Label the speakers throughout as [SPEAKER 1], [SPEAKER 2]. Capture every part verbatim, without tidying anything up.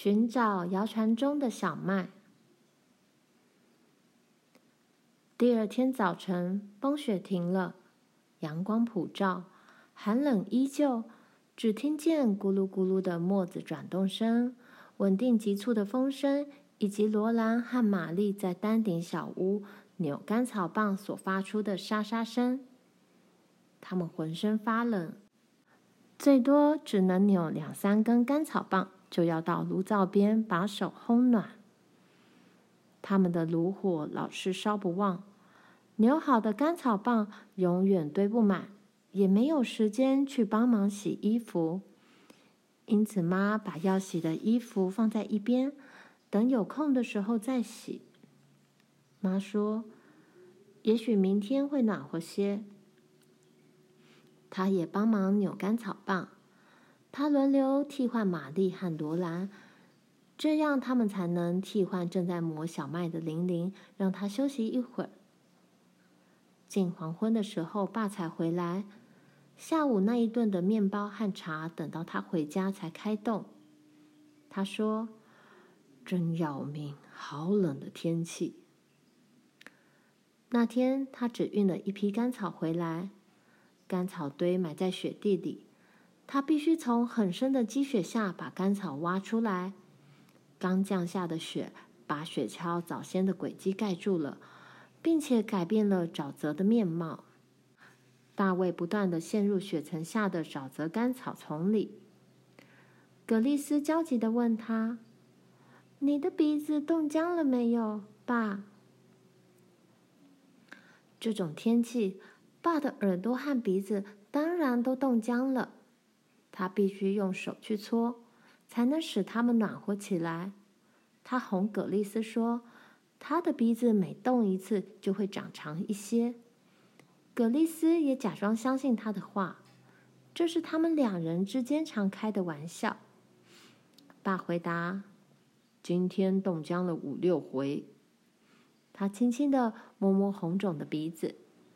[SPEAKER 1] 寻找谣传中的小麦。第二天早晨，风雪停了，阳光普照，寒冷依旧，只听见咕噜咕噜的磨子转动声、稳定急促的风声，以及罗兰和玛丽在丹顶小屋扭干草棒所发出的沙沙声。他们浑身发冷，最多只能扭两三根干草棒，就要到炉灶边把手烘暖。他们的炉火老是烧不旺，扭好的干草棒永远堆不满，也没有时间去帮忙洗衣服。因此妈把要洗的衣服放在一边，等有空的时候再洗。妈说，也许明天会暖和些。她也帮忙扭干草棒，她轮流替换玛丽和罗兰，这样他们才能替换正在磨小麦的玲玲，让她休息一会儿。近黄昏的时候，爸才回来。下午那一顿的面包和茶，等到他回家才开动。他说：“真要命，好冷的天气。”那天他只运了一批干草回来，干草堆埋在雪地里，他必须从很深的积雪下把干草挖出来。刚降下的雪把雪橇早先的轨迹盖住了，并且改变了沼泽的面貌。大卫不断地陷入雪层下的沼泽干草丛里。葛丽丝焦急地问他：“你的鼻子冻僵了没有，爸？”这种天气，爸的耳朵和鼻子当然都冻僵了。他必须用手去搓，才能使它们暖和起来。他哄葛丽丝说，他的鼻子每冻一次就会长长一些。葛丽丝也假装相信他的话，这是他们两人之间常开的玩笑。爸回答：“今天冻僵了五六回。”他轻轻地摸摸红肿的鼻子。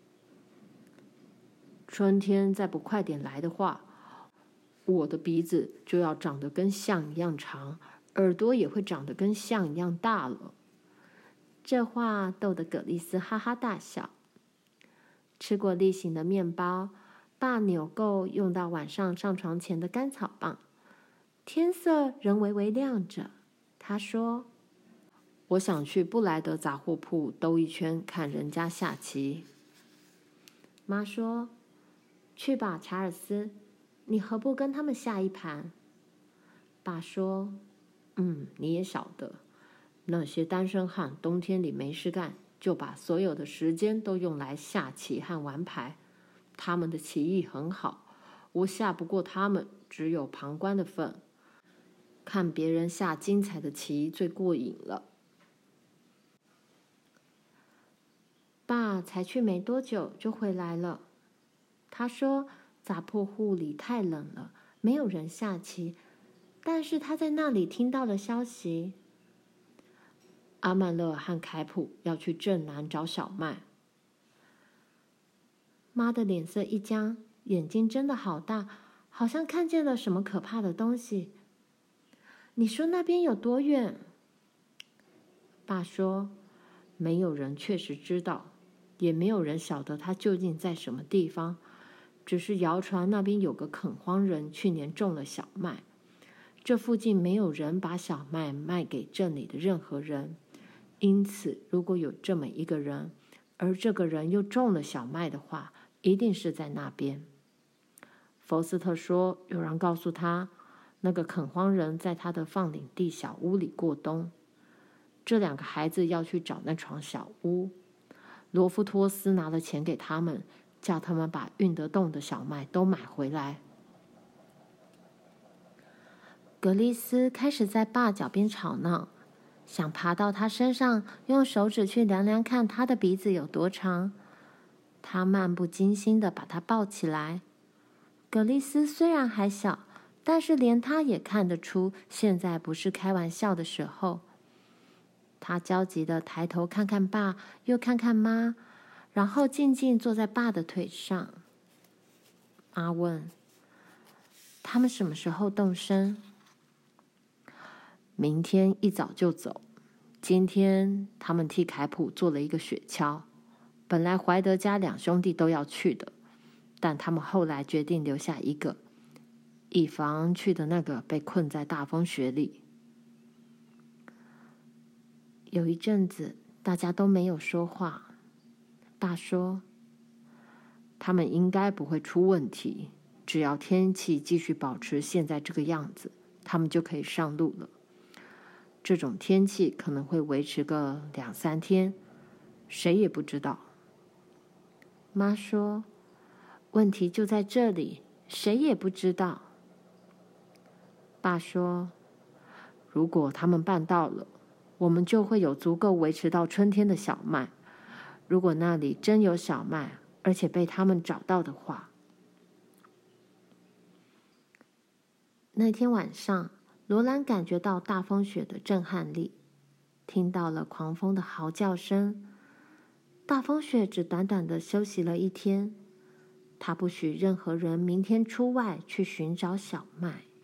[SPEAKER 1] 春天再不快点来的话，我的鼻子就要长得跟象一样长，耳朵也会长得跟象一样大了。这话逗得葛丽丝哈哈大笑。吃过例行的面包，爸扭够用到晚上上床前的干草棒。天色仍微微亮着，他说：“我想去布莱德杂货铺兜一圈，看人家下棋。”妈说：“去吧，查尔斯，你何不跟他们下一盘？”爸说：“嗯，你也晓得，那些单身汉冬天里没事干，就把所有的时间都用来下棋和玩牌。他们的棋艺很好，我下不过他们，只有旁观的份。看别人下精彩的棋最过瘾了。”爸才去没多久就回来了。他说杂货铺里太冷了，没有人下棋，但是他在那里听到了消息：阿曼勒和凯普要去镇南找小麦。妈的脸色一僵，眼睛睁得好大，好像看见了什么可怕的东西。你说那边有多远？爸说，没有人确实知道，也没有人晓得他究竟在什么地方，只是谣传那边有个垦荒人去年种了小麦，这附近没有人把小麦卖给镇里的任何人，因此如果有这么一个人，而这个人又种了小麦的话，一定是在那边。福斯特说，有人告诉他，那个垦荒人在他的放领地小屋里过冬。这两个孩子要去找那床小屋。罗夫托斯拿了钱给他们，叫他们把运得动的小麦都买回来。格丽斯开始在爸脚边吵闹，想爬到他身上，用手指去量量看他的鼻子有多长。他漫不经心地把他抱起来。格丽斯虽然还小，但是连他也看得出现在不是开玩笑的时候。他焦急地抬头看看爸，又看看妈，然后静静坐在爸的腿上。妈问：“他们什么时候动身？” 明天一早就走。今天他们替凯普做了一个雪橇，本来怀德家两兄弟都要去的，但他们后来决定留下一个，以防去的那个被困在大风雪里。有一阵子大家都没有说话。爸说，他们应该不会出问题，只要天气继续保持现在这个样子，他们就可以上路了。这种天气可能会维持个两三天，谁也不知道。妈说，问题就在这里，谁也不知道。爸说，如果他们办到了，我们就会有足够维持到春天的小麦。如果那里真有小麦，而且被他们找到的话。那天晚上，罗兰感觉到大风雪的震撼力，听到了狂风的嚎叫声。大风雪只短短的休息了一天，他不许任何人明天出外去寻找小麦。